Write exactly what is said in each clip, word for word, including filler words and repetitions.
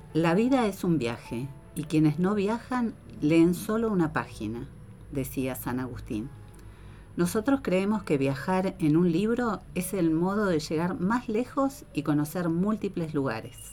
La vida es un viaje y quienes no viajan leen solo una página, decía San Agustín. Nosotros creemos que viajar en un libro es el modo de llegar más lejos y conocer múltiples lugares.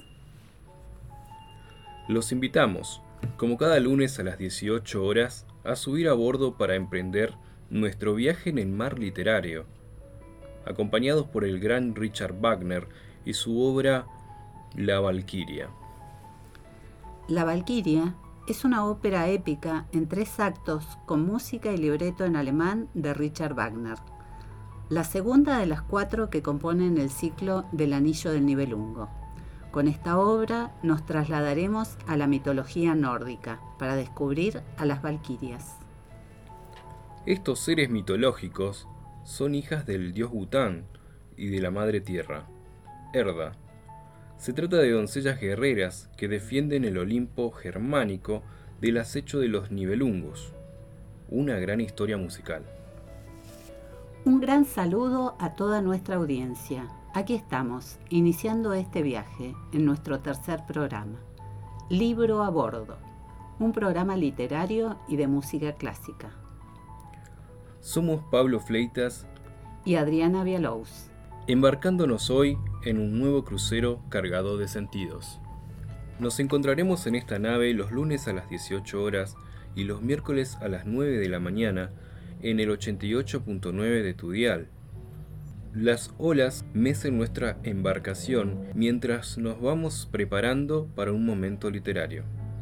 Los invitamos, como cada lunes a las dieciocho horas, a subir a bordo para emprender nuestro viaje en el mar literario, acompañados por el gran Richard Wagner y su obra La Valquiria. La Valquiria es una ópera épica en tres actos con música y libreto en alemán de Richard Wagner, la segunda de las cuatro que componen el ciclo del Anillo del Nibelungo. Con esta obra nos trasladaremos a la mitología nórdica para descubrir a las valquirias. Estos seres mitológicos son hijas del dios Bután y de la madre tierra, Herda. Se trata de doncellas guerreras que defienden el Olimpo germánico del acecho de los Nibelungos. Una gran historia musical. Un gran saludo a toda nuestra audiencia. Aquí estamos, iniciando este viaje en nuestro tercer programa, Libro a Bordo, un programa literario y de música clásica. Somos Pablo Fleitas y Adriana Villalous, embarcándonos hoy en un nuevo crucero cargado de sentidos. Nos encontraremos en esta nave los lunes a las dieciocho horas y los miércoles a las nueve de la mañana en el ochenta y ocho punto nueve de tu dial. Las olas mecen nuestra embarcación mientras nos vamos preparando para un momento literario.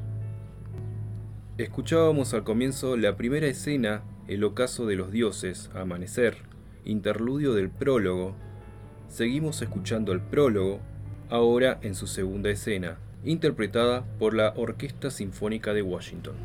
Escuchábamos al comienzo la primera escena, El ocaso de los dioses, Amanecer, interludio del prólogo. Seguimos escuchando el prólogo, ahora en su segunda escena, interpretada por la Orquesta Sinfónica de Washington.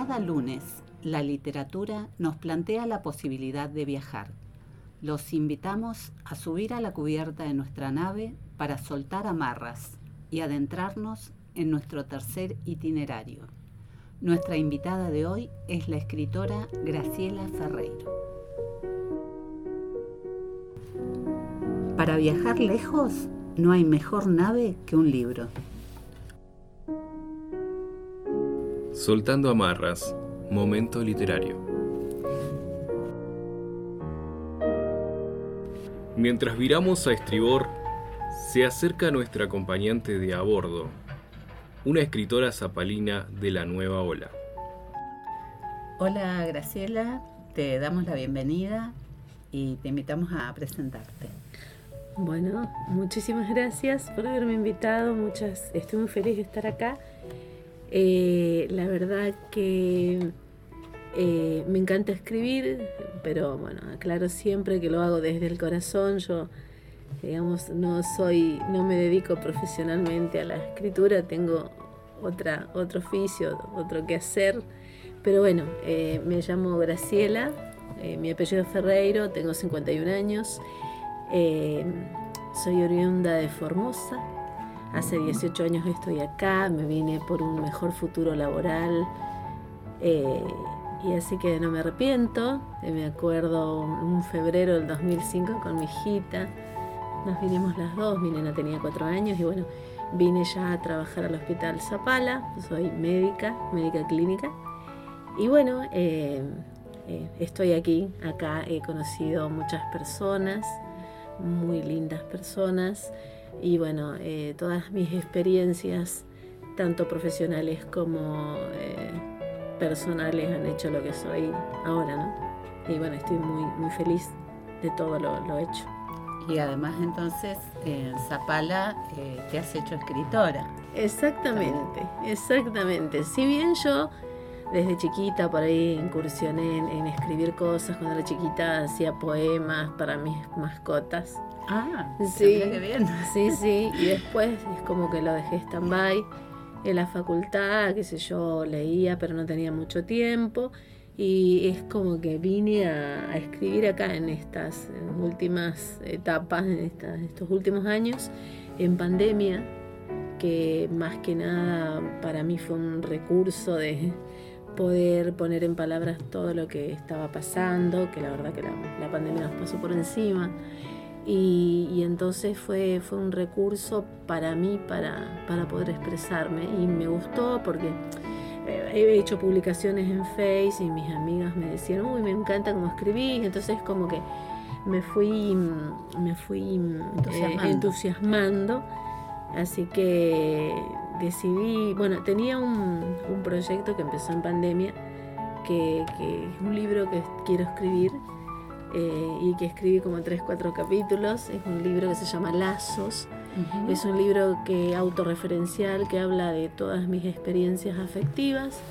cada lunes, la literatura nos plantea la posibilidad de viajar. Los invitamos a subir a la cubierta de nuestra nave para soltar amarras y adentrarnos en nuestro tercer itinerario. Nuestra invitada de hoy es la escritora Graciela Ferreiro. Para viajar lejos, no hay mejor nave que un libro. Soltando amarras, momento literario. Mientras viramos a estribor, se acerca nuestra acompañante de a bordo, una escritora zapalina de la nueva ola. Hola Graciela, te damos la bienvenida y te invitamos a presentarte. Bueno, muchísimas gracias por haberme invitado, muchas, estoy muy feliz de estar acá. Eh, la verdad que eh, me encanta escribir, pero bueno, aclaro siempre que lo hago desde el corazón. Yo, digamos, no soy, no me dedico profesionalmente a la escritura, tengo otra, otro oficio, otro que hacer, pero bueno, eh, me llamo Graciela, eh, mi apellido es Ferreiro, tengo cincuenta y un años, eh, soy oriunda de Formosa, hace dieciocho años estoy acá, me vine por un mejor futuro laboral, eh, y así que no me arrepiento. Eh, me acuerdo un febrero del dos mil cinco con mi hijita, nos vinimos las dos, mi nena tenía cuatro años y bueno, vine ya a trabajar al Hospital Zapala, soy médica, médica clínica, y bueno, eh, eh, estoy aquí, acá he conocido muchas personas, muy lindas personas, y bueno, eh, todas mis experiencias, tanto profesionales como eh, personales, han hecho lo que soy ahora, ¿no? Y bueno, estoy muy, muy feliz de todo lo, lo hecho. Y además entonces en Zapala eh, te has hecho escritora. Exactamente, exactamente. Si bien yo desde chiquita por ahí incursioné en, en escribir cosas, cuando era chiquita hacía poemas para mis mascotas. Ah, sí, qué bien. Sí, sí, y después es como que lo dejé stand-by. En la facultad, qué sé yo, leía, pero no tenía mucho tiempo. Y es como que vine a, a escribir acá en estas últimas etapas, en esta, estos últimos años, en pandemia, que más que nada para mí fue un recurso de poder poner en palabras todo lo que estaba pasando, que la verdad que la, la pandemia nos pasó por encima. Y, y entonces fue, fue un recurso para mí para, para poder expresarme. Y me gustó porque he hecho publicaciones en Face y mis amigas me decían, uy, me encanta cómo escribís. Entonces como que me fui, me fui entusiasmando. Eh, entusiasmando. Así que decidí, bueno, tenía un, un proyecto que empezó en pandemia, que, que es un libro que quiero escribir eh, y que escribí como tres, cuatro capítulos. Es un libro que se llama Lazos. Uh-huh. Es un libro que autorreferencial que habla de todas mis experiencias afectivas,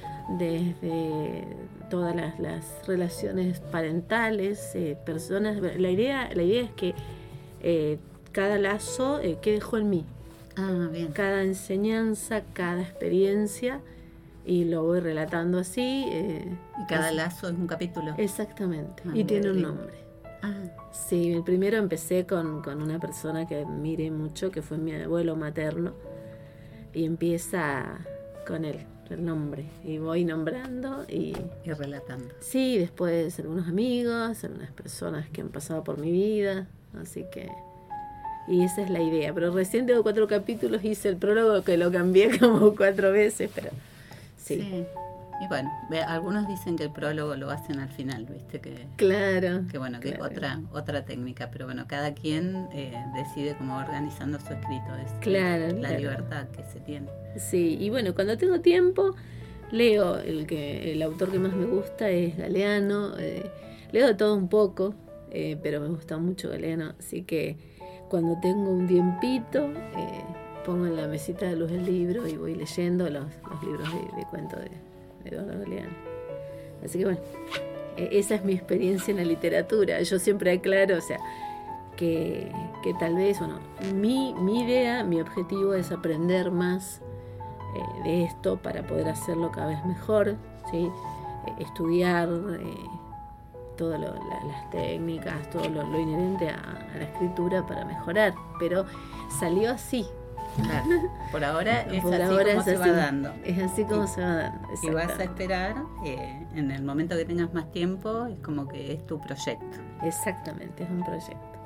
desde todas las, las relaciones parentales, eh, personas. La idea, la idea es que eh, cada lazo, eh, ¿qué dejó en mí? Ah, bien. Cada enseñanza, cada experiencia, y lo voy relatando así. Eh, ¿Y cada así. lazo es un capítulo? Exactamente, ah, y tiene un bien. nombre. Ah. Sí, el primero empecé con, con una persona que admiré mucho, que fue mi abuelo materno, y empieza con él, el nombre, y voy nombrando y... Y relatando. Sí, después algunos amigos, algunas personas que han pasado por mi vida, así que... Y esa es la idea, pero recién tengo cuatro capítulos, hice el prólogo que lo cambié como cuatro veces, pero sí. sí. Y bueno, ve, algunos dicen que el prólogo lo hacen al final, ¿viste? Que, claro. Que bueno, que claro. es otra, otra técnica, pero bueno, cada quien eh, decide cómo va organizando su escrito, es claro, la claro. libertad que se tiene. Sí, y bueno, cuando tengo tiempo, leo, el, que, el autor que más me gusta es Galeano, eh, leo de todo un poco, eh, pero me gusta mucho Galeano, así que cuando tengo un tiempito, eh, pongo en la mesita de luz el libro y voy leyendo los, los libros de, de cuento de, de Eduardo Galeano. Así que bueno, eh, esa es mi experiencia en la literatura. Yo siempre aclaro, o sea, que, que tal vez, bueno, mi, mi idea, mi objetivo es aprender más eh, de esto para poder hacerlo cada vez mejor, ¿sí? Estudiar eh, todas la, las técnicas, todo lo, lo inherente a, a la escritura para mejorar, pero salió así. Claro. Por ahora es Por así ahora como es se así. va dando. Es así como y, se va dando. Y vas a esperar, eh, en el momento que tengas más tiempo, es como que es tu proyecto. Exactamente, es un proyecto.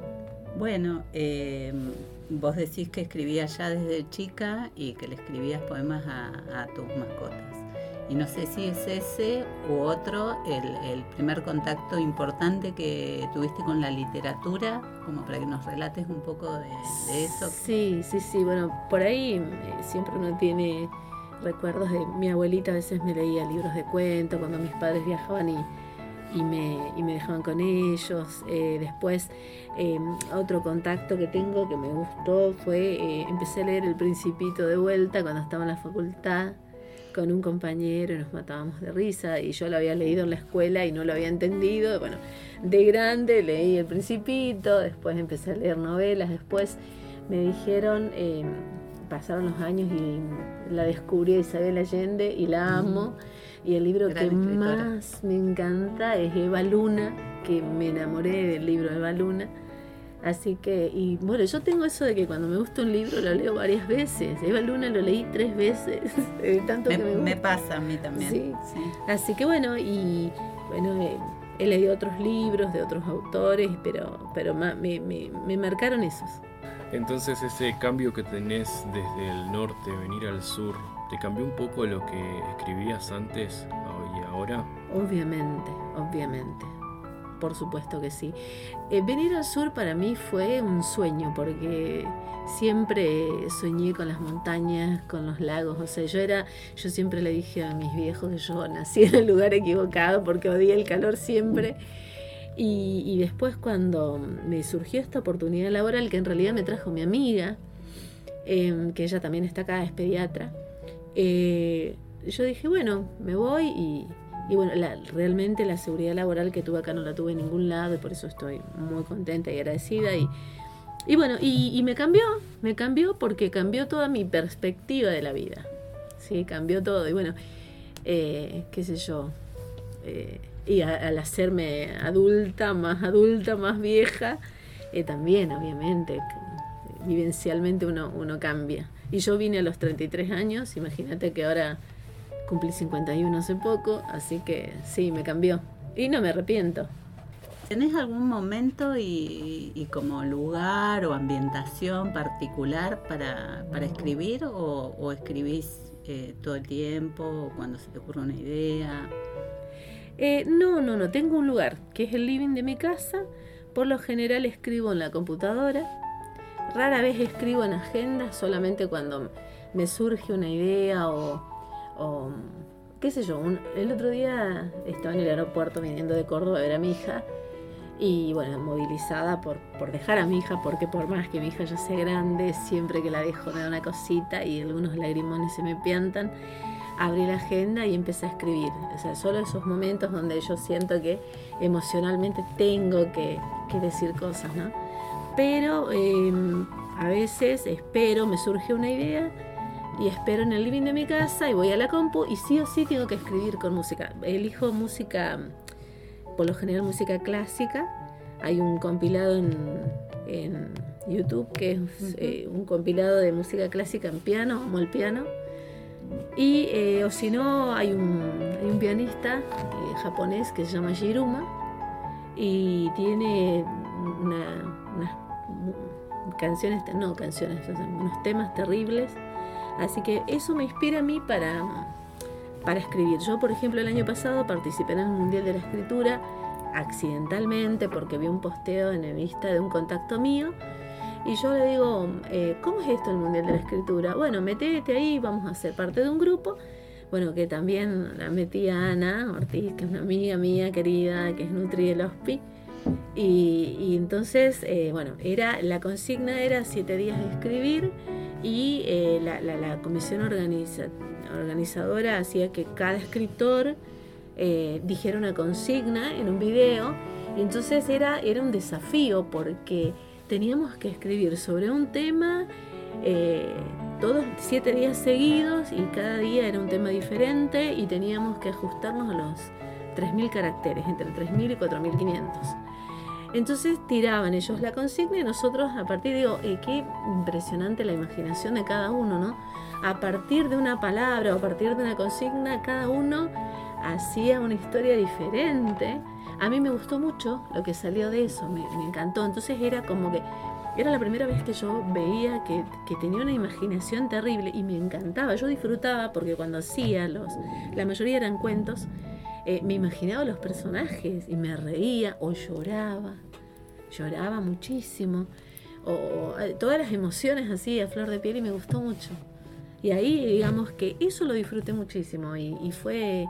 Bueno, eh, vos decís que escribías ya desde chica y que le escribías poemas a, a tus mascotas. Y no sé si es ese u otro el, el primer contacto importante que tuviste con la literatura, como para que nos relates un poco de, de eso. Sí, sí, sí. Bueno, por ahí eh, siempre uno tiene recuerdos de mi abuelita. A veces me leía libros de cuento cuando mis padres viajaban y, y, me, y me dejaban con ellos. Eh, después, eh, otro contacto que tengo que me gustó fue, eh, empecé a leer El Principito de vuelta cuando estaba en la facultad con un compañero y nos matábamos de risa, y yo lo había leído en la escuela y no lo había entendido. Bueno, de grande leí El Principito, después empecé a leer novelas, después me dijeron, eh, pasaron los años y la descubrí a Isabel Allende y la amo, y el libro Gran que escritora. más me encanta es Eva Luna, que me enamoré del libro de Eva Luna. Así que, y bueno, yo tengo eso de que cuando me gusta un libro lo leo varias veces. Eva Luna lo leí tres veces, de tanto Me, que me gusta. me pasa a mí también. Sí. Sí. Así que bueno, y bueno, eh, he leído otros libros de otros autores, pero, pero ma, me, me, me marcaron esos. Entonces ese cambio que tenés desde el norte, venir al sur, ¿te cambió un poco lo que escribías antes y ahora? Obviamente, obviamente. Por supuesto que sí. Eh, venir al sur para mí fue un sueño, porque siempre soñé con las montañas, con los lagos. O sea, yo era, yo siempre le dije a mis viejos que yo nací en el lugar equivocado porque odié el calor siempre. Y, y después, cuando me surgió esta oportunidad laboral, que en realidad me trajo mi amiga, eh, que ella también está acá, es pediatra, eh, yo dije, bueno, me voy y... Y bueno, la, realmente la seguridad laboral que tuve acá no la tuve en ningún lado, y por eso estoy muy contenta y agradecida. Y, y bueno, y, y me cambió, me cambió porque cambió toda mi perspectiva de la vida. Sí, cambió todo. Y bueno, eh, qué sé yo, eh, y a, al hacerme adulta, más adulta, más vieja, eh, también obviamente, vivencialmente uno, uno cambia. Y yo vine a los treinta y tres años, imagínate que ahora... Cumplí cincuenta y uno hace poco, así que sí, me cambió. Y no me arrepiento. ¿Tenés algún momento y, y como lugar o ambientación particular para, para escribir? ¿O, o escribís eh, todo el tiempo, o cuando se te ocurre una idea? Eh, no, no, no. Tengo un lugar, que es el living de mi casa. Por lo general escribo en la computadora. Rara vez escribo en agenda, solamente cuando me surge una idea o... o qué sé yo, un, el otro día estaba en el aeropuerto viniendo de Córdoba a ver a mi hija y bueno, movilizada por, por dejar a mi hija, porque por más que mi hija ya sea grande, siempre que la dejo me da una cosita y algunos lagrimones se me piantan. Abrí la agenda y empecé a escribir. O sea, solo esos momentos donde yo siento que emocionalmente tengo que, que decir cosas, ¿no? Pero eh, a veces espero, me surge una idea y espero en el living de mi casa y voy a la compu y sí o sí tengo que escribir con música. Elijo música, por lo general música clásica. Hay un compilado en, en YouTube que es uh-huh. eh, un compilado de música clásica en piano, amo el piano. Y eh, o si no, hay un, hay un pianista eh, japonés que se llama Shiruma y tiene una, unas canciones, no canciones, o sea, unos temas terribles. Así que eso me inspira a mí para, para escribir. Yo, por ejemplo, el año pasado participé en el Mundial de la Escritura accidentalmente porque vi un posteo en el Insta de un contacto mío y yo le digo, eh, ¿cómo es esto el Mundial de la Escritura? Bueno, metete ahí, vamos a ser parte de un grupo. Bueno, que también la metí a Ana Ortiz, que es una amiga mía querida, que es Nutri del Hospi. Y, y entonces, eh, bueno, era, la consigna era siete días de escribir. Y eh, la, la, la comisión organiza, organizadora hacía que cada escritor eh, dijera una consigna en un video. Y entonces era, era un desafío porque teníamos que escribir sobre un tema eh, todos siete días seguidos y cada día era un tema diferente y teníamos que ajustarnos a los tres mil caracteres, entre tres mil y cuatro mil quinientos. Entonces tiraban ellos la consigna y nosotros a partir, digo, eh, qué impresionante la imaginación de cada uno, ¿no? A partir de una palabra o a partir de una consigna, cada uno hacía una historia diferente. A mí me gustó mucho lo que salió de eso, me, me encantó. Entonces era como que, era la primera vez que yo veía que, que tenía una imaginación terrible y me encantaba. Yo disfrutaba porque cuando hacía los, la mayoría eran cuentos, eh, me imaginaba los personajes y me reía o lloraba, lloraba muchísimo, o, o todas las emociones así a flor de piel y me gustó mucho. Y ahí digamos que eso lo disfruté muchísimo y, y fue...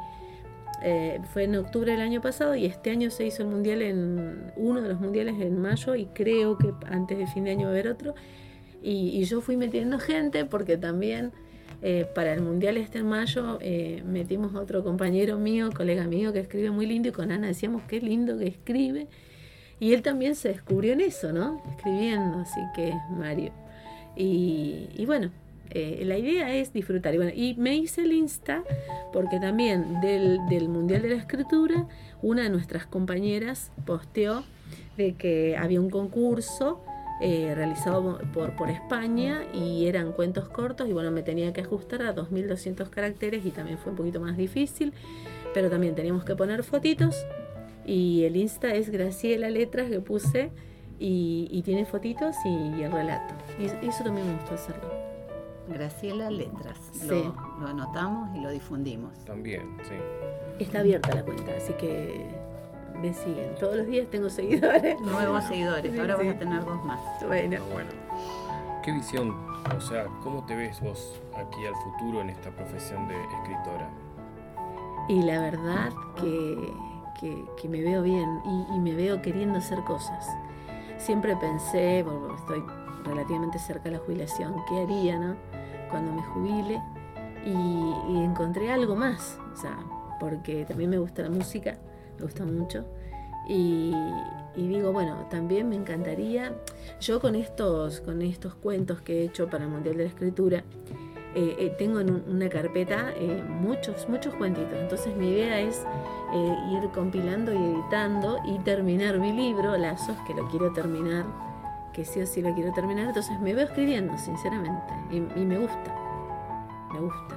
Eh, fue en octubre del año pasado y este año se hizo el mundial en uno de los mundiales en mayo y creo que antes de fin de año va a haber otro y, y yo fui metiendo gente porque también eh, para el mundial este en mayo eh, metimos a otro compañero mío, colega mío que escribe muy lindo y con Ana decíamos qué lindo que escribe y él también se descubrió en eso, ¿no? Escribiendo, así que Mario y, y bueno, Eh, la idea es disfrutar. Y, bueno, y me hice el Insta porque también del, del Mundial de la Escritura, una de nuestras compañeras posteó de que había un concurso eh, realizado por, por España y eran cuentos cortos y bueno, me tenía que ajustar a dos mil doscientos caracteres y también fue un poquito más difícil, pero también teníamos que poner fotitos y el Insta es Graciela Letras que puse y, y tiene fotitos y, y el relato. Y eso también me gustó hacerlo. Graciela Letras, Sí. lo, lo anotamos y lo difundimos. También, sí. Está abierta la cuenta, así que me siguen. Todos los días tengo seguidores. Nuevos seguidores, Sí, ahora sí. vas a tener dos más. Bueno, Ah, bueno. ¿Qué visión, o sea, cómo te ves vos aquí al futuro en esta profesión de escritora? y la verdad que, que, que me veo bien y, y me veo queriendo hacer cosas. Siempre pensé, bueno, estoy relativamente cerca de la jubilación, ¿qué haría, no? Cuando me jubile y, y encontré algo más, o sea, porque también me gusta la música, me gusta mucho y, y digo, bueno, también me encantaría, yo con estos, con estos cuentos que he hecho para el Mundial de la Escritura, eh, eh, tengo en un, una carpeta eh, muchos, muchos cuentitos, entonces mi idea es eh, ir compilando y editando y terminar mi libro, Lazos, que lo quiero terminar, que sí o sí lo quiero terminar, entonces me veo escribiendo, sinceramente, y, y me gusta, me gusta.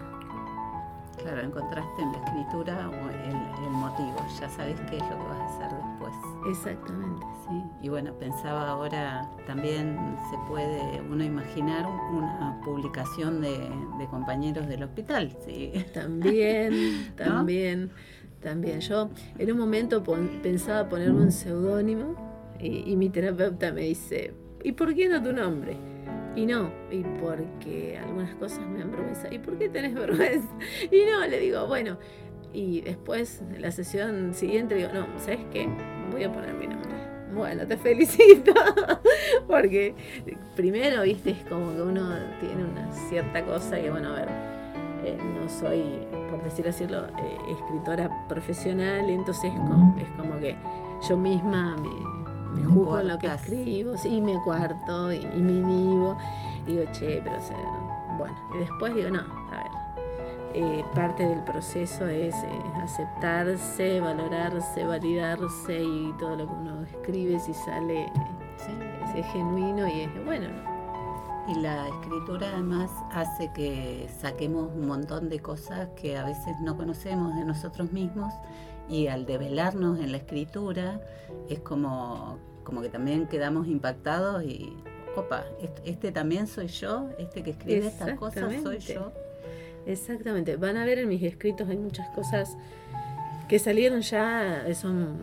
Claro, encontraste en la escritura el, el motivo, ya sabes qué es lo que vas a hacer después. Exactamente. Sí. Y bueno, pensaba ahora, también se puede uno imaginar una publicación de, de compañeros del hospital, ¿sí? También, ¿No? también, también. Yo en un momento pon, pensaba ponerme un seudónimo y, y mi terapeuta me dice, ¿y por qué no tu nombre? Y no, y porque algunas cosas me dan vergüenza. ¿Y por qué tenés vergüenza? Y no, le digo, bueno. Y después, en la sesión siguiente, digo, no, ¿sabes qué? Voy a poner mi nombre. Bueno, te felicito. Porque primero, viste, es como que uno tiene una cierta cosa que, bueno, a ver, eh, no soy, por decir así, eh, escritora profesional, entonces es como, es como que yo misma me... me juzgo en lo que escribo, sí, me cuarto y, y me inhibo, digo, che, pero o sea, bueno, y después digo, no, a ver, eh, parte del proceso es eh, aceptarse, valorarse, validarse y todo lo que uno escribe, si sale, eh, Sí. es, es genuino y es bueno, ¿no? Y la escritura además hace que saquemos un montón de cosas que a veces no conocemos de nosotros mismos y al develarnos en la escritura es como, como que también quedamos impactados y, opa, este, este también soy yo, este que escribe estas cosas soy yo. Exactamente, van a ver en mis escritos hay muchas cosas que salieron ya, son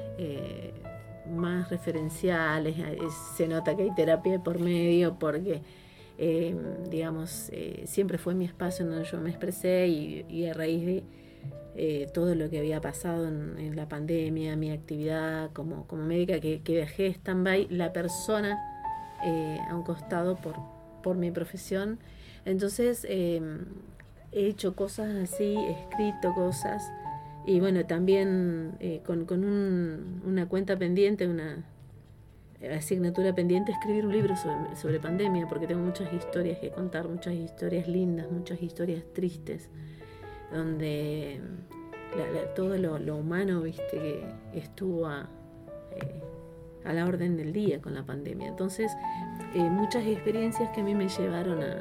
eh, más referenciales, se nota que hay terapia por medio porque eh, digamos, eh, siempre fue mi espacio donde yo me expresé y, y a raíz de eh, todo lo que había pasado en, en la pandemia, mi actividad como, como médica que, que dejé stand-by, la persona eh, a un costado por, por mi profesión, entonces eh, he hecho cosas así, he escrito cosas y bueno, también eh, con, con un, una cuenta pendiente, una asignatura pendiente escribir un libro sobre, sobre pandemia, porque tengo muchas historias que contar, muchas historias lindas, muchas historias tristes, donde la, la, todo lo, lo humano, viste, que estuvo a, eh, a la orden del día con la pandemia. Entonces, eh, muchas experiencias que a mí me llevaron a,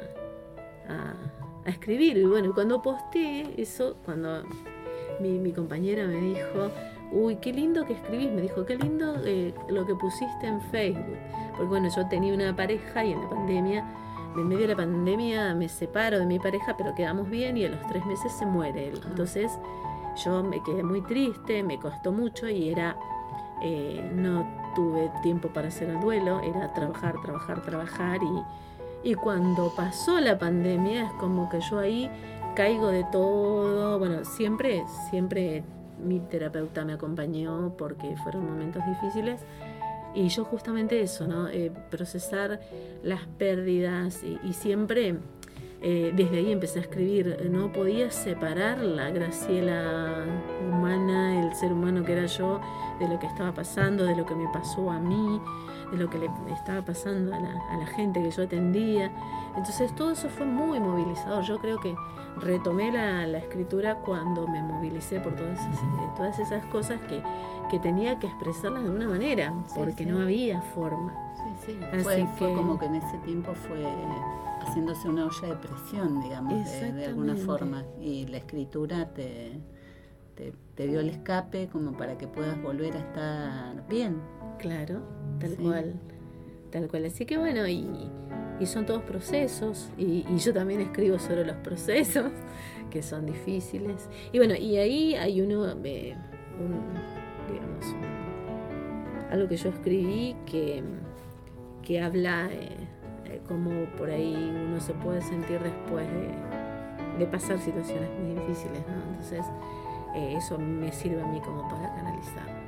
a, a escribir. Y bueno, cuando posteé eso, cuando mi, mi compañera me dijo, uy, qué lindo que escribís, me dijo, qué lindo eh, lo que pusiste en Facebook. Porque bueno, yo tenía una pareja y en la pandemia, en medio de la pandemia me separo de mi pareja, pero quedamos bien y a los tres meses se muere él. Entonces yo me quedé muy triste, me costó mucho y era, eh, no tuve tiempo para hacer el duelo, era trabajar, trabajar, trabajar y, y cuando pasó la pandemia es como que yo ahí caigo de todo. Bueno, siempre, siempre mi terapeuta me acompañó porque fueron momentos difíciles y yo justamente eso, ¿no? Eh, procesar las pérdidas y, y siempre eh, desde ahí empecé a escribir. No podía separar la Graciela humana, el ser humano que era yo, de lo que estaba pasando, de lo que me pasó a mí, de lo que le estaba pasando a la, a la gente que yo atendía. Entonces todo eso fue muy movilizador. Yo creo que retomé la, la escritura cuando me movilicé por todas esas, todas esas cosas que, que tenía que expresarlas de una manera, porque sí, sí. no había forma. Sí, sí. Fue, que, fue como que en ese tiempo fue haciéndose una olla de presión, digamos, de, de alguna forma. Y la escritura te, te, te dio el escape como para que puedas volver a estar bien. Claro, tal sí. cual. Tal cual. Así que bueno, y... y son todos procesos y, y yo también escribo sobre los procesos que son difíciles y bueno, y ahí hay uno eh, un, digamos un, algo que yo escribí que, que habla eh, eh, como por ahí uno se puede sentir después de, de pasar situaciones muy difíciles, ¿no? Entonces eh, eso me sirve a mí como para canalizar.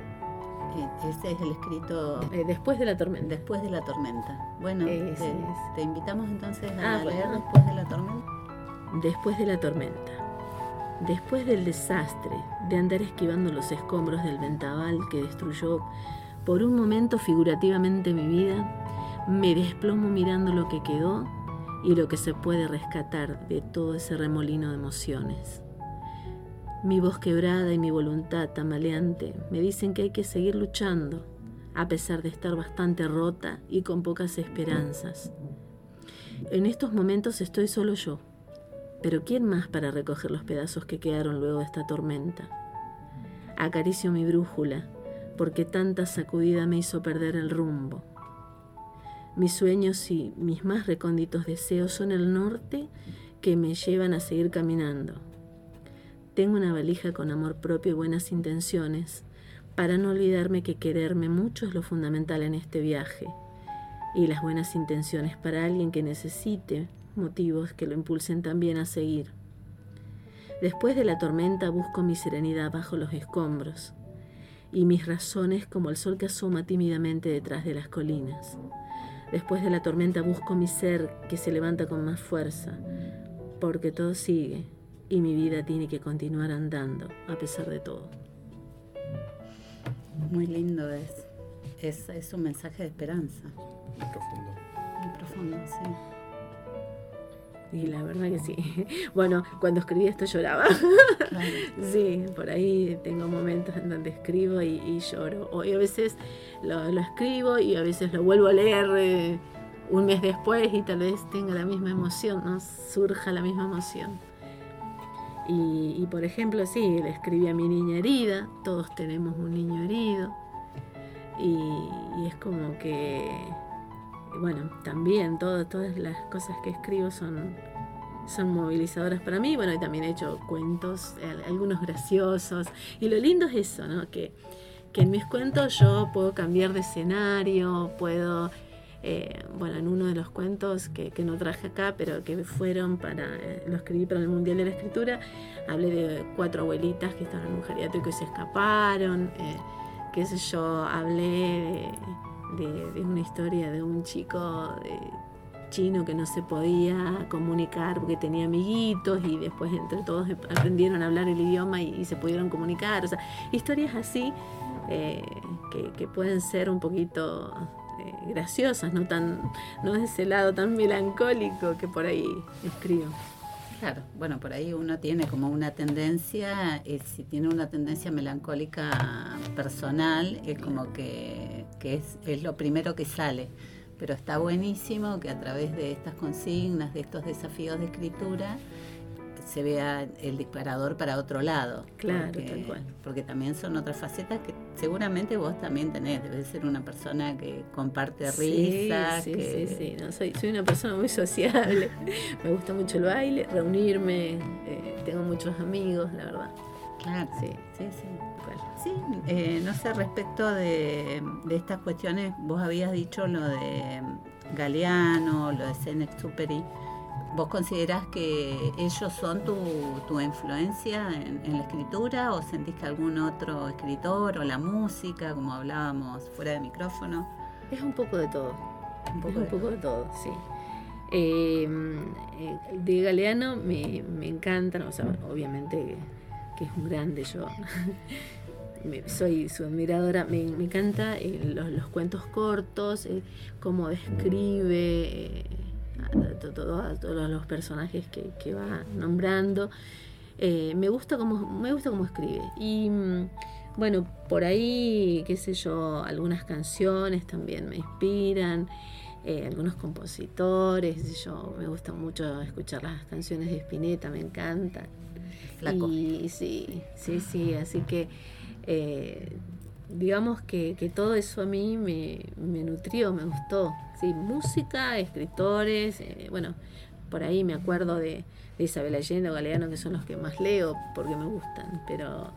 Ese es el escrito eh, Después de la tormenta. Después de la tormenta. Bueno, te, te invitamos entonces a ah, leer bueno. Después de la tormenta. Después de la tormenta. Después del desastre, de andar esquivando los escombros del vendaval que destruyó por un momento figurativamente mi vida, me desplomo mirando lo que quedó y lo que se puede rescatar de todo ese remolino de emociones. Mi voz quebrada y mi voluntad tambaleante me dicen que hay que seguir luchando, a pesar de estar bastante rota y con pocas esperanzas. En estos momentos estoy solo yo, pero ¿quién más para recoger los pedazos que quedaron luego de esta tormenta? Acaricio mi brújula, porque tanta sacudida me hizo perder el rumbo. Mis sueños y mis más recónditos deseos son el norte que me llevan a seguir caminando. Tengo una valija con amor propio y buenas intenciones, para no olvidarme que quererme mucho es lo fundamental en este viaje, y las buenas intenciones para alguien que necesite motivos que lo impulsen también a seguir. Después de la tormenta busco mi serenidad bajo los escombros, y mis razones como el sol que asoma tímidamente detrás de las colinas. Después de la tormenta busco mi ser que se levanta con más fuerza, porque todo sigue. Y mi vida tiene que continuar andando, a pesar de todo. Muy lindo es. Es, es un mensaje de esperanza. Muy profundo. Muy profundo, sí. Y la verdad que sí. Bueno, cuando escribí esto lloraba. Claro. Sí, por ahí tengo momentos en donde escribo y, y lloro. O, y a veces lo, lo escribo y a veces lo vuelvo a leer eh, un mes después y tal vez tenga la misma emoción, ¿no? Surja la misma emoción. Y, y por ejemplo, sí, le escribí a mi niña herida, todos tenemos un niño herido, y, y es como que, bueno, también todo, todas las cosas que escribo son, son movilizadoras para mí. Bueno, y también he hecho cuentos, algunos graciosos, y lo lindo es eso, ¿no? Que, que en mis cuentos yo puedo cambiar de escenario, puedo... Eh, bueno, en uno de los cuentos que, que no traje acá, pero que fueron para, eh, lo escribí para el Mundial de la Escritura, hablé de cuatro abuelitas que estaban en un geriátrico y se escaparon, eh, qué sé yo, hablé de, de, de una historia de un chico de, chino que no se podía comunicar porque tenía amiguitos y después entre todos aprendieron a hablar el idioma y, y se pudieron comunicar, o sea, historias así eh, que, que pueden ser un poquito... eh, graciosas, no tan, no de ese lado tan melancólico que por ahí escribo. Claro, bueno, por ahí uno tiene como una tendencia, eh, si tiene una tendencia melancólica personal, es como que, que es, es lo primero que sale. Pero está buenísimo que a través de estas consignas, de estos desafíos de escritura, se vea el disparador para otro lado. Claro, porque, tal cual. Porque también son otras facetas que seguramente vos también tenés. Debes ser una persona que comparte risas. Sí, que... sí, sí. No, soy, soy una persona muy sociable. Me gusta mucho el baile, reunirme. Eh, tengo muchos amigos, la verdad. Claro, sí, sí, sí. Sí, eh, no sé, respecto de, de estas cuestiones, vos habías dicho lo de Galeano, lo de Saint-Exupéry. ¿Vos considerás que ellos son tu, tu influencia en, en la escritura o sentís que algún otro escritor o la música, como hablábamos fuera de micrófono? Es un poco de todo. Un poco, es de, un poco de todo, sí. Eh, eh, de Galeano me, me encantan, o sea, obviamente que, que es un grande, yo me, soy su admiradora, me, me encanta eh, los, los cuentos cortos, eh, cómo describe eh, a, todo, a todos los personajes que, que va nombrando. Eh, me gusta cómo, me gusta cómo escribe. Y bueno, por ahí, qué sé yo, algunas canciones también me inspiran. Eh, algunos compositores, qué sé yo, me gusta mucho escuchar las canciones de Spinetta, me encantan. Flaco. Y sí, sí, sí, así que eh, digamos que, que todo eso a mí me, me nutrió, me gustó. Sí, música, escritores, eh, bueno, por ahí me acuerdo de, de Isabel Allende o Galeano, que son los que más leo porque me gustan, pero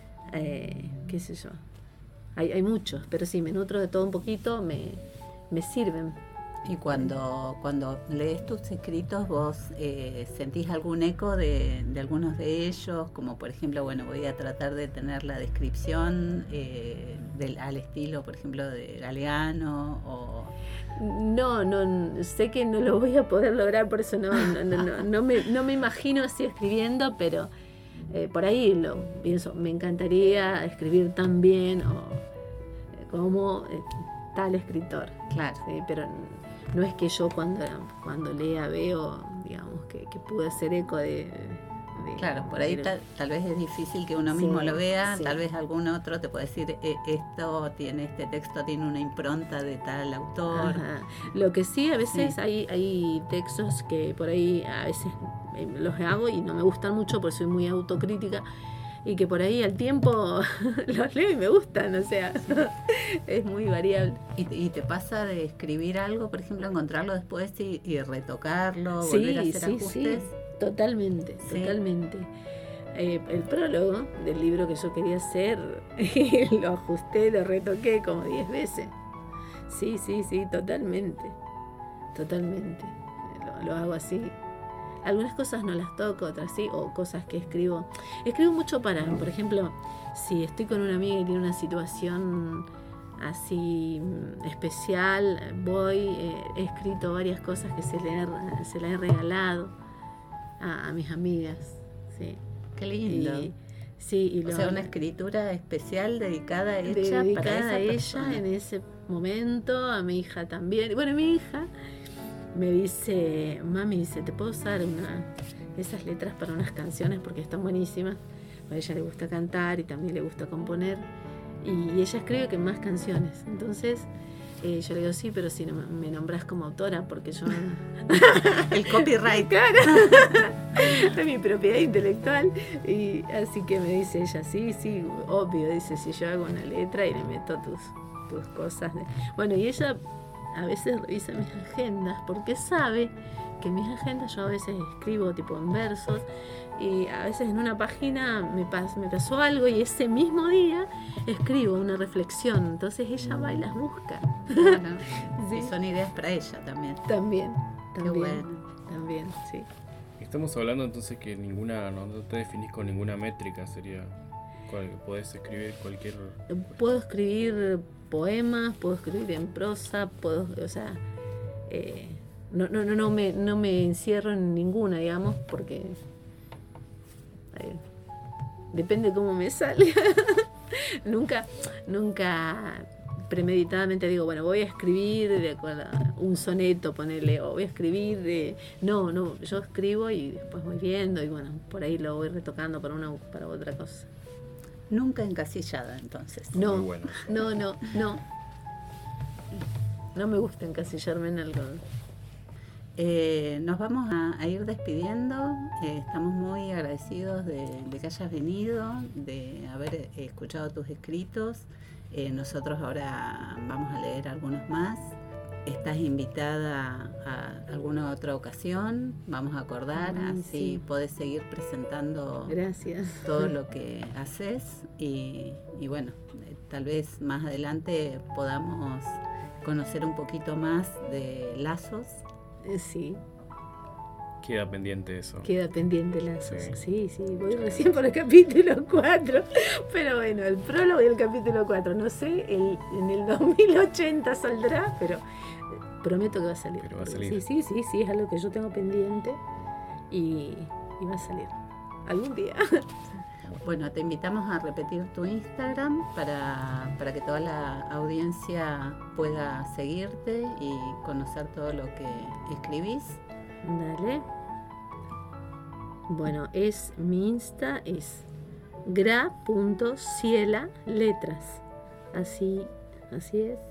eh, qué sé yo, hay, hay muchos, pero sí, me nutro de todo un poquito, me, me sirven. Y cuando, cuando lees tus escritos, ¿vos eh, sentís algún eco de, de algunos de ellos? Como por ejemplo, bueno, voy a tratar de tener la descripción eh, del, al estilo, por ejemplo, de Galeano o... No, no, sé que no lo voy a poder lograr, por eso no, no, no, no, no, me, no me imagino así escribiendo, pero eh, por ahí lo pienso, me encantaría escribir tan bien o, como eh, tal escritor. Claro. Sí, pero no es que yo cuando, cuando lea veo, digamos, que, que pude hacer eco de... de claro, por ahí de, tal, tal vez es difícil que uno mismo sí, lo vea, sí. Tal vez algún otro te puede decir, eh, esto tiene, este texto tiene una impronta de tal autor. Ajá. Lo que sí, a veces sí. hay, hay textos que por ahí a veces los hago y no me gustan mucho porque soy muy autocrítica, y que por ahí al tiempo los leo y me gustan, o sea, es muy variable. ¿Y, ¿Y te pasa de escribir algo, por ejemplo, encontrarlo después y, y retocarlo, sí, volver a hacer sí, ajustes? Sí, totalmente, sí. totalmente. Eh, el prólogo del libro que yo quería hacer, lo ajusté, lo retoqué como diez veces. Sí, sí, sí, totalmente, totalmente. Lo, lo hago así. Algunas cosas no las toco, otras sí, o cosas que escribo. Escribo mucho para, por ejemplo, si estoy con una amiga y tiene una situación así especial, voy, eh, he escrito varias cosas que se le he, se le he regalado a, a mis amigas. Sí. Qué lindo. Y, sí, y o lo, sea, una escritura especial dedicada a ella, dedicada para esa a ella persona. En ese momento, a mi hija también. Bueno, mi hija me dice, mami, dice, ¿te puedo usar una, esas letras para unas canciones? Porque están buenísimas. A ella le gusta cantar y también le gusta componer. Y ella escribe que más canciones. Entonces, eh, yo le digo, sí, pero si no me nombras como autora, porque yo... El copyright. Claro. Es mi propiedad intelectual. Y así que me dice ella, sí, sí, obvio. Dice, si yo hago una letra y le meto tus, tus cosas. De... Bueno, y ella... a veces revisa mis agendas porque sabe que en mis agendas yo a veces escribo tipo en versos y a veces en una página me, pas, me pasó algo y ese mismo día escribo una reflexión, entonces ella va y las busca. Claro. Sí. Y son ideas para ella también. También, también, Qué bueno. También, sí. Estamos hablando entonces que ninguna, no te definís con ninguna métrica, sería cual, podés escribir cualquier... Puedo escribir poemas, puedo escribir en prosa, puedo, o sea, eh, no, no, no, no, me, no me encierro en ninguna, digamos, porque eh, depende cómo me salga. nunca, nunca premeditadamente digo, bueno, voy a escribir de acuerdo a un soneto, ponerle, o voy a escribir de... No, no, yo escribo y después voy viendo y bueno, por ahí lo voy retocando para una para otra cosa. Nunca encasillada, entonces. No, Muy bueno. no, no, no. No me gusta encasillarme en algo. Eh, nos vamos a, a ir despidiendo. Eh, estamos muy agradecidos de, de que hayas venido, de haber eh, escuchado tus escritos. Eh, nosotros ahora vamos a leer algunos más. Estás invitada a alguna otra ocasión, vamos a acordar, Ay, así sí. podés seguir presentando Gracias. todo lo que haces y, y bueno, eh, tal vez más adelante podamos conocer un poquito más de Lazos. Eh, Sí, Queda pendiente eso. queda pendiente Lazos. Sí. Sí, sí, voy recién por el capítulo cuatro. Pero bueno, el prólogo y el capítulo cuatro. No sé, el, en el dos mil ochenta saldrá, pero prometo que va a salir. Pero va a salir. Sí, sí, sí, sí, es algo que yo tengo pendiente y, y va a salir algún día. Bueno, te invitamos a repetir tu Instagram para, para que toda la audiencia pueda seguirte y conocer todo lo que escribís. Dale. Bueno, es mi Insta es gra.ciela letras. Así, así es.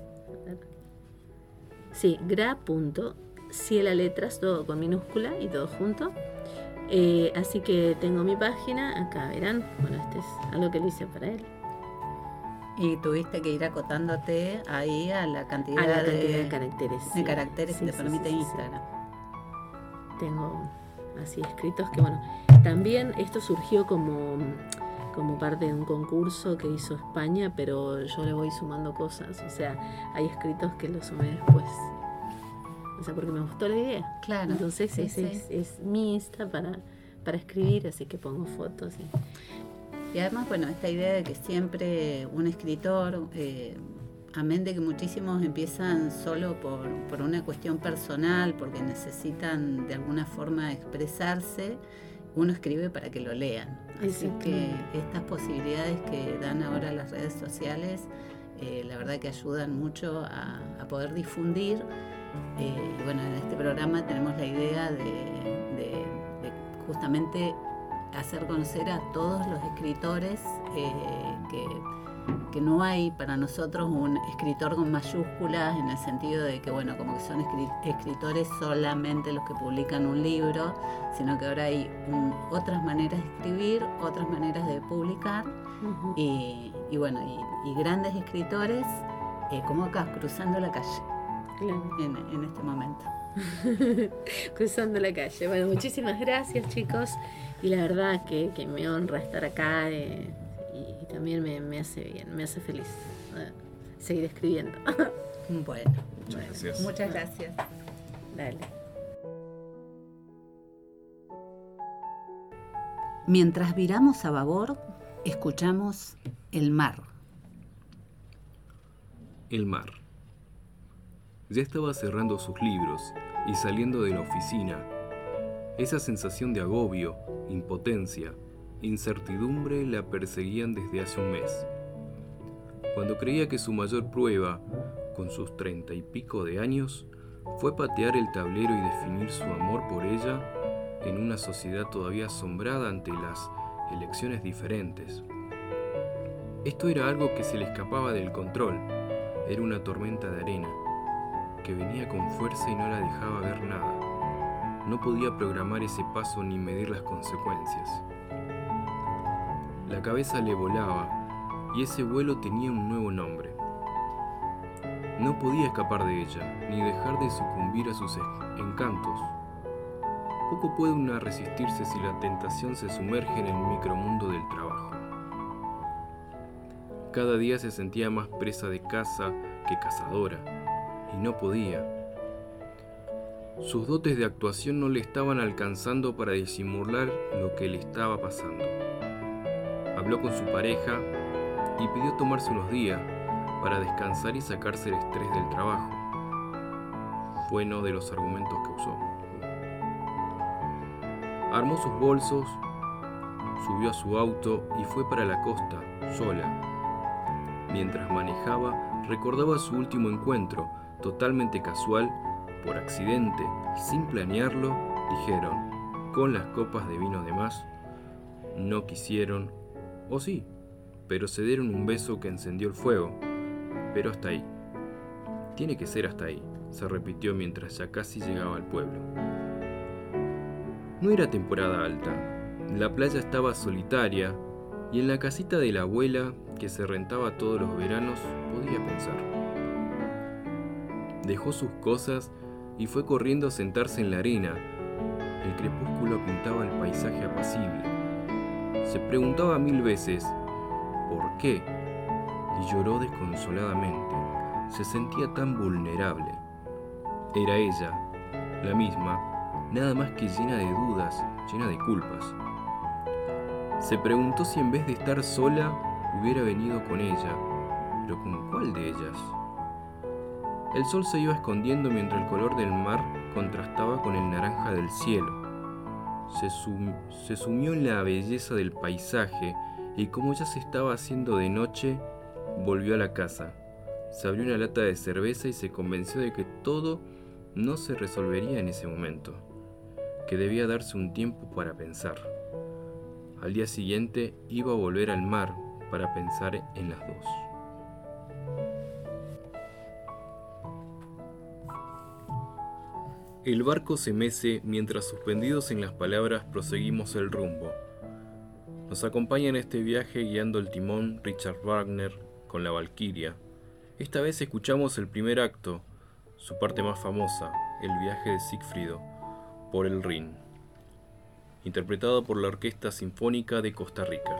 Sí, gra.ciela letras, todo con minúscula y todo junto. Eh, así que tengo mi página, acá verán. Bueno, este es algo que lo hice para él. Y tuviste que ir acotándote ahí a la cantidad, A la de, cantidad de caracteres. de sí. caracteres Sí, que te sí, permite sí, sí, sí. Instagram. Tengo así escritos que, bueno, también esto surgió como, como parte de un concurso que hizo España, pero yo le voy sumando cosas. O sea, hay escritos que los sumé después. O sea, porque me gustó la idea. Claro. Entonces sí, es, sí. es, es mi Insta para, para escribir, así que pongo fotos. Y... Y además, bueno, esta idea de que siempre un escritor, eh, amén de que muchísimos empiezan solo por, por una cuestión personal, porque necesitan de alguna forma expresarse, uno escribe para que lo lean. Así que estas posibilidades que dan ahora las redes sociales, eh, la verdad que ayudan mucho a, a poder difundir. Eh, y bueno, en este programa tenemos la idea de, de, de justamente hacer conocer a todos los escritores, eh, que, que no hay para nosotros un escritor con mayúsculas en el sentido de que, bueno, como que son escritores solamente los que publican un libro, sino que ahora hay un, otras maneras de escribir, otras maneras de publicar, uh-huh. y, y bueno, y, y grandes escritores, eh, como acá, cruzando la calle, claro. en, en este momento. Cruzando la calle. Bueno, muchísimas gracias, chicos. Y la verdad que, que me honra estar acá, eh, y, y también me, me hace bien, me hace feliz eh, seguir escribiendo. Bueno, muchas bueno, gracias. Muchas gracias. Dale. Mientras viramos a babor, escuchamos el mar. El mar. Ya estaba cerrando sus libros y saliendo de la oficina. Esa sensación de agobio, impotencia, incertidumbre la perseguían desde hace un mes. Cuando creía que su mayor prueba, con sus treinta y pico de años, fue patear el tablero y definir su amor por ella en una sociedad todavía asombrada ante las elecciones diferentes. Esto era algo que se le escapaba del control, era una tormenta de arena, que venía con fuerza y no la dejaba ver nada. No podía programar ese paso ni medir las consecuencias. La cabeza le volaba y ese vuelo tenía un nuevo nombre. No podía escapar de ella, ni dejar de sucumbir a sus encantos. Poco puede una resistirse si la tentación se sumerge en el micromundo del trabajo. Cada día se sentía más presa de caza que cazadora, y no podía. Sus dotes de actuación no le estaban alcanzando para disimular lo que le estaba pasando. Habló con su pareja y pidió tomarse unos días para descansar y sacarse el estrés del trabajo. Fue uno de los argumentos que usó. Armó sus bolsos, subió a su auto y fue para la costa, sola. Mientras manejaba, recordaba su último encuentro, totalmente casual, por accidente, sin planearlo, dijeron, con las copas de vino de más. No quisieron, o sí, pero se dieron un beso que encendió el fuego. Pero hasta ahí. Tiene que ser hasta ahí, se repitió mientras ya casi llegaba al pueblo. No era temporada alta. La playa estaba solitaria y en la casita de la abuela, que se rentaba todos los veranos, podía pensar. Dejó sus cosas y fue corriendo a sentarse en la arena. El crepúsculo pintaba el paisaje apacible. Se preguntaba mil veces, ¿por qué? Y lloró desconsoladamente. Se sentía tan vulnerable. Era ella, la misma, nada más que llena de dudas, llena de culpas. Se preguntó si en vez de estar sola, hubiera venido con ella, pero ¿con cuál de ellas? El sol se iba escondiendo mientras el color del mar contrastaba con el naranja del cielo. Se, sum- se sumió en la belleza del paisaje y como ya se estaba haciendo de noche, volvió a la casa. Se abrió una lata de cerveza y se convenció de que todo no se resolvería en ese momento, que debía darse un tiempo para pensar. Al día siguiente iba a volver al mar para pensar en las dos. El barco se mece mientras suspendidos en las palabras proseguimos el rumbo. Nos acompaña en este viaje guiando el timón Richard Wagner con la Valquiria. Esta vez escuchamos el primer acto, su parte más famosa, el viaje de Sigfrido por el Rin, interpretado por la Orquesta Sinfónica de Costa Rica.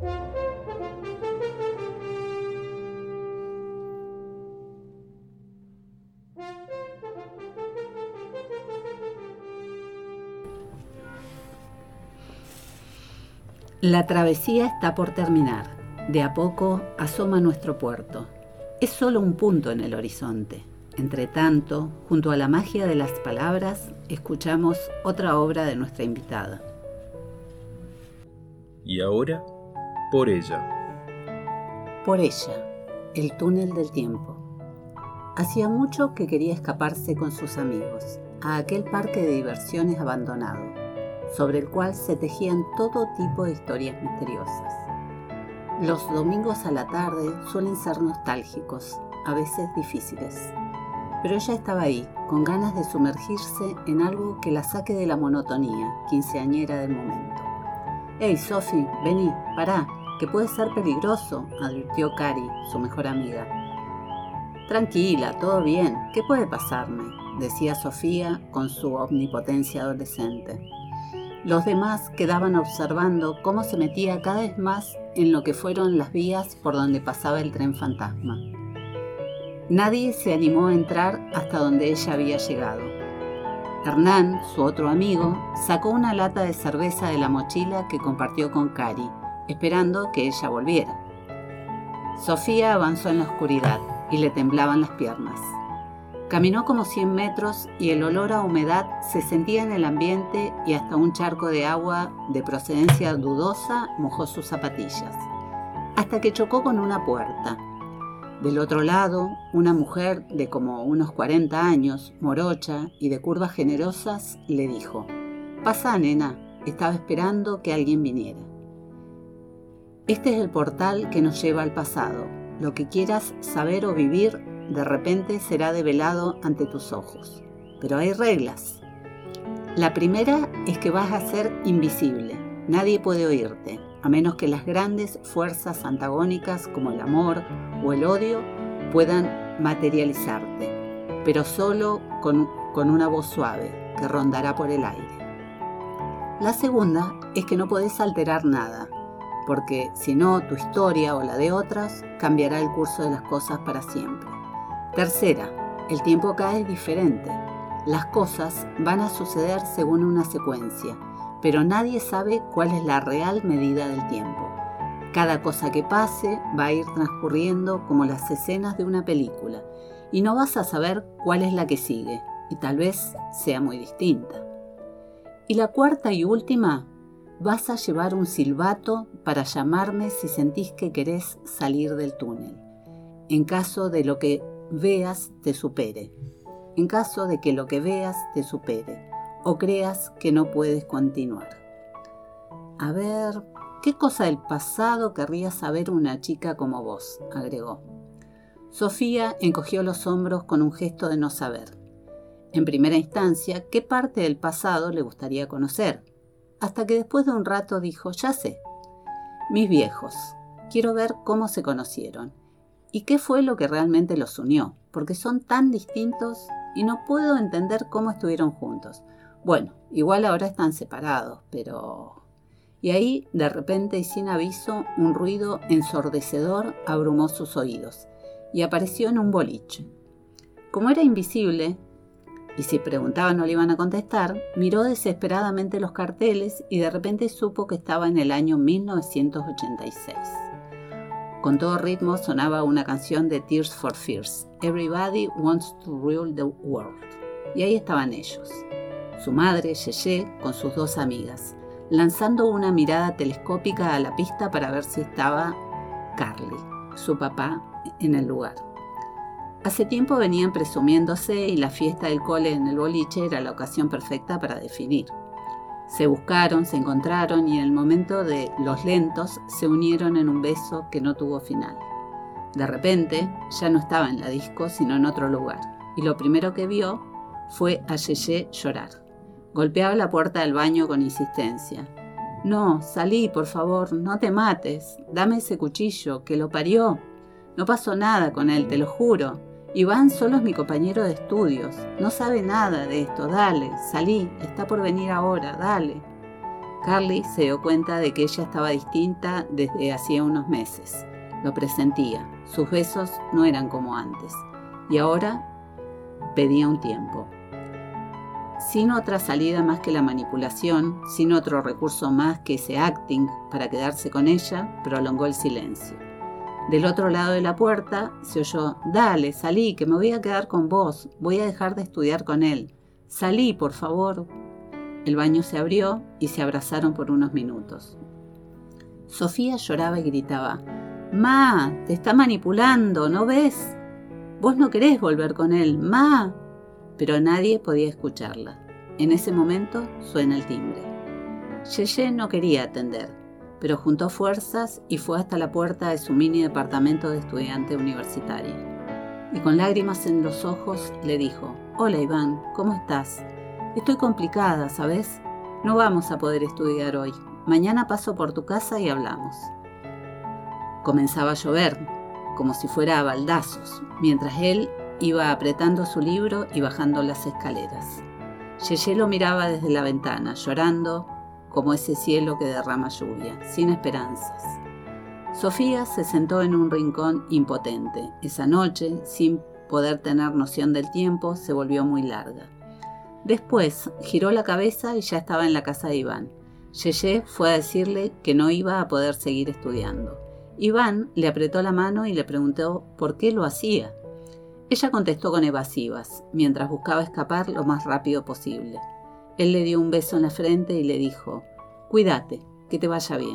La travesía está por terminar. De a poco asoma nuestro puerto. Es solo un punto en el horizonte. Entre tanto, junto a la magia de las palabras, escuchamos otra obra de nuestra invitada. Y ahora, por ella. Por ella, el túnel del tiempo. Hacía mucho que quería escaparse con sus amigos a aquel parque de diversiones abandonado, sobre el cual se tejían todo tipo de historias misteriosas. Los domingos a la tarde suelen ser nostálgicos, a veces difíciles, pero ella estaba ahí, con ganas de sumergirse en algo que la saque de la monotonía quinceañera del momento. «Hey, Sophie, vení, pará, que puede ser peligroso», advirtió Cari, su mejor amiga. «Tranquila, todo bien, ¿qué puede pasarme?», decía Sofía con su omnipotencia adolescente. Los demás quedaban observando cómo se metía cada vez más en lo que fueron las vías por donde pasaba el tren fantasma. Nadie se animó a entrar hasta donde ella había llegado. Hernán, su otro amigo, sacó una lata de cerveza de la mochila que compartió con Cari, esperando que ella volviera. Sofía avanzó en la oscuridad y le temblaban las piernas. Caminó como cien metros y el olor a humedad se sentía en el ambiente y hasta un charco de agua de procedencia dudosa mojó sus zapatillas, hasta que chocó con una puerta. Del otro lado, una mujer de como unos cuarenta años, morocha y de curvas generosas, le dijo: «Pasa, nena, estaba esperando que alguien viniera». Este es el portal que nos lleva al pasado. Lo que quieras saber o vivir, de repente será develado ante tus ojos. Pero hay reglas. La primera es que vas a ser invisible. Nadie puede oírte, a menos que las grandes fuerzas antagónicas como el amor o el odio puedan materializarte, pero solo con, con una voz suave que rondará por el aire. La segunda es que no podés alterar nada, porque si no, tu historia o la de otras cambiará el curso de las cosas para siempre. Tercera, el tiempo acá es diferente. Las cosas van a suceder según una secuencia, pero nadie sabe cuál es la real medida del tiempo. Cada cosa que pase va a ir transcurriendo como las escenas de una película, y no vas a saber cuál es la que sigue, y tal vez sea muy distinta. Y la cuarta y última, vas a llevar un silbato para llamarme si sentís que querés salir del túnel, en caso de lo que veas te supere, en caso de que lo que veas te supere, o creas que no puedes continuar. A ver, ¿qué cosa del pasado querría saber una chica como vos?, agregó. Sofía encogió los hombros con un gesto de no saber. En primera instancia, ¿qué parte del pasado le gustaría conocer? Hasta que después de un rato dijo: ya sé, mis viejos, quiero ver cómo se conocieron. ¿Y qué fue lo que realmente los unió? Porque son tan distintos y no puedo entender cómo estuvieron juntos. Bueno, igual ahora están separados, pero... Y ahí, de repente y sin aviso, un ruido ensordecedor abrumó sus oídos y apareció en un boliche. Como era invisible, y si preguntaba no le iban a contestar, miró desesperadamente los carteles y de repente supo que estaba en el año mil novecientos ochenta y seis. Con todo ritmo sonaba una canción de Tears for Fears, Everybody Wants to Rule the World. Y ahí estaban ellos, su madre, Yeye, con sus dos amigas, lanzando una mirada telescópica a la pista para ver si estaba Carly, su papá, en el lugar. Hace tiempo venían presumiéndose y la fiesta del cole en el boliche era la ocasión perfecta para definir. Se buscaron, se encontraron y en el momento de los lentos se unieron en un beso que no tuvo final. De repente, ya no estaba en la disco, sino en otro lugar, y lo primero que vio fue a Yeye llorar. Golpeaba la puerta del baño con insistencia. «No, salí, por favor, no te mates, dame ese cuchillo, que lo parió. No pasó nada con él, te lo juro. Iván solo es mi compañero de estudios, no sabe nada de esto, dale, salí, está por venir ahora, dale». Carly se dio cuenta de que ella estaba distinta desde hacía unos meses. Lo presentía. Sus besos no eran como antes. Y ahora pedía un tiempo. Sin otra salida más que la manipulación, sin otro recurso más que ese acting para quedarse con ella, prolongó el silencio. Del otro lado de la puerta se oyó: «Dale, salí, que me voy a quedar con vos. Voy a dejar de estudiar con él. Salí, por favor». El baño se abrió y se abrazaron por unos minutos. Sofía lloraba y gritaba: «Ma, te está manipulando, ¿no ves? Vos no querés volver con él, ma». Pero nadie podía escucharla. En ese momento suena el timbre. Yeye no quería atender, pero juntó fuerzas y fue hasta la puerta de su mini departamento de estudiante universitaria. Y con lágrimas en los ojos le dijo: «Hola Iván, ¿cómo estás? Estoy complicada, ¿sabes? No vamos a poder estudiar hoy. Mañana paso por tu casa y hablamos». Comenzaba a llover, como si fuera a baldazos, mientras él iba apretando su libro y bajando las escaleras. Yeye lo miraba desde la ventana, llorando como ese cielo que derrama lluvia, sin esperanzas. Sofía se sentó en un rincón impotente. Esa noche, sin poder tener noción del tiempo, se volvió muy larga. Después giró la cabeza y ya estaba en la casa de Iván. Yeye fue a decirle que no iba a poder seguir estudiando. Iván le apretó la mano y le preguntó por qué lo hacía. Ella contestó con evasivas, mientras buscaba escapar lo más rápido posible. Él le dio un beso en la frente y le dijo: «Cuídate, que te vaya bien».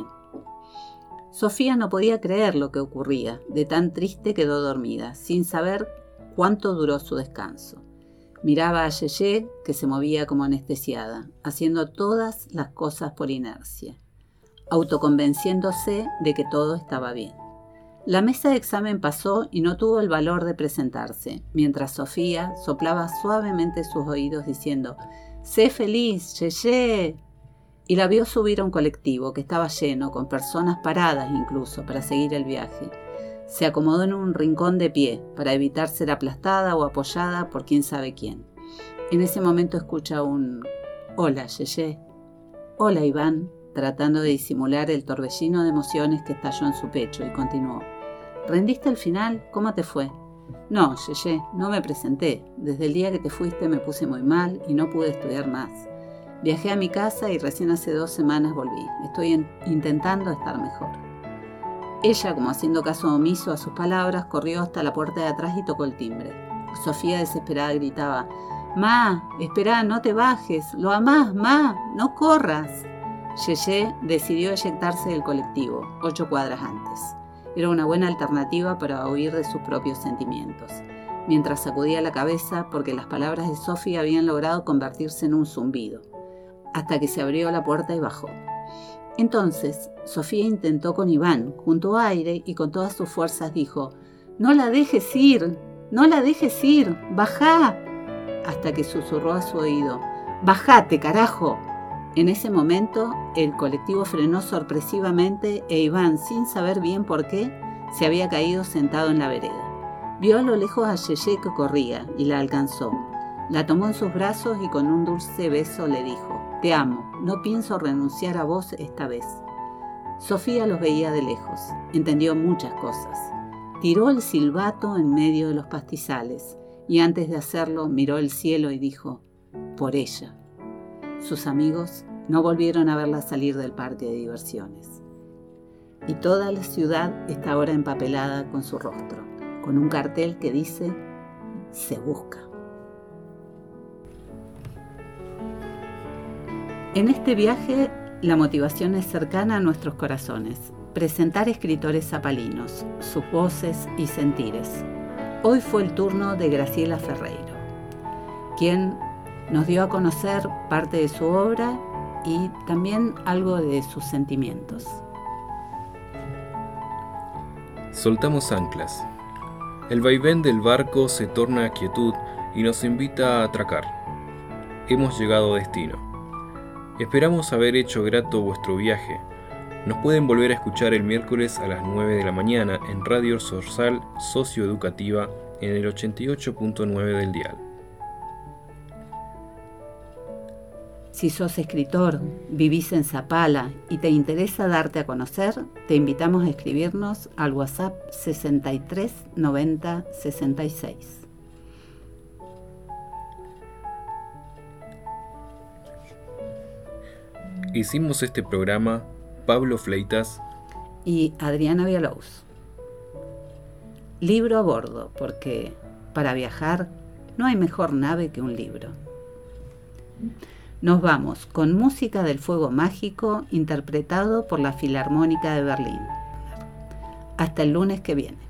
Sofía no podía creer lo que ocurría. De tan triste quedó dormida, sin saber cuánto duró su descanso. Miraba a Yeye, que se movía como anestesiada, haciendo todas las cosas por inercia, autoconvenciéndose de que todo estaba bien. La mesa de examen pasó y no tuvo el valor de presentarse, mientras Sofía soplaba suavemente sus oídos diciendo: «Sé feliz, Yeye». Y la vio subir a un colectivo que estaba lleno, con personas paradas incluso, para seguir el viaje. Se acomodó en un rincón de pie, para evitar ser aplastada o apoyada por quién sabe quién. En ese momento escucha un «Hola, Yeye». «Hola, Iván», tratando de disimular el torbellino de emociones que estalló en su pecho, y continuó: «¿Rendiste al final? ¿Cómo te fue?» «No, Yeye, no me presenté. Desde el día que te fuiste me puse muy mal y no pude estudiar más. Viajé a mi casa y recién hace dos semanas volví. Estoy en, intentando estar mejor». Ella, como haciendo caso omiso a sus palabras, corrió hasta la puerta de atrás y tocó el timbre. Sofía, desesperada, gritaba: «Ma, espera, no te bajes. Lo amás, ma, no corras». Yeye decidió eyectarse del colectivo, ocho cuadras antes. Era una buena alternativa para huir de sus propios sentimientos, mientras sacudía la cabeza porque las palabras de Sofía habían logrado convertirse en un zumbido, hasta que se abrió la puerta y bajó. Entonces, Sofía intentó con Iván, juntó aire y con todas sus fuerzas dijo: «No la dejes ir, no la dejes ir, bajá», hasta que susurró a su oído: «Bajate, carajo». En ese momento, el colectivo frenó sorpresivamente e Iván, sin saber bien por qué, se había caído sentado en la vereda. Vio a lo lejos a Yeye que corría y la alcanzó. La tomó en sus brazos y con un dulce beso le dijo: «Te amo, no pienso renunciar a vos esta vez». Sofía los veía de lejos. Entendió muchas cosas. Tiró el silbato en medio de los pastizales y antes de hacerlo miró el cielo y dijo: «Por ella». Sus amigos no volvieron a verla salir del parque de diversiones. Y toda la ciudad está ahora empapelada con su rostro, con un cartel que dice: «Se busca». En este viaje, la motivación es cercana a nuestros corazones. Presentar escritores zapalinos, sus voces y sentires. Hoy fue el turno de Graciela Ferreiro, quien nos dio a conocer parte de su obra y también algo de sus sentimientos. Soltamos anclas. El vaivén del barco se torna a quietud y nos invita a atracar. Hemos llegado a destino. Esperamos haber hecho grato vuestro viaje. Nos pueden volver a escuchar el miércoles a las nueve de la mañana en Radio Sorsal Socioeducativa en el ochenta y ocho punto nueve del dial. Si sos escritor, vivís en Zapala y te interesa darte a conocer, te invitamos a escribirnos al WhatsApp sesenta y tres noventa sesenta y seis. Hicimos este programa Pablo Fleitas y Adriana Villalobos. Libro a bordo, porque para viajar no hay mejor nave que un libro. Nos vamos con música del Fuego Mágico interpretado por la Filarmónica de Berlín. Hasta el lunes que viene.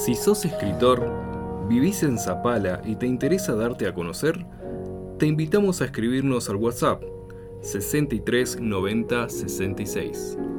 Si sos escritor, vivís en Zapala y te interesa darte a conocer, te invitamos a escribirnos al WhatsApp sesenta y tres noventa sesenta y seis.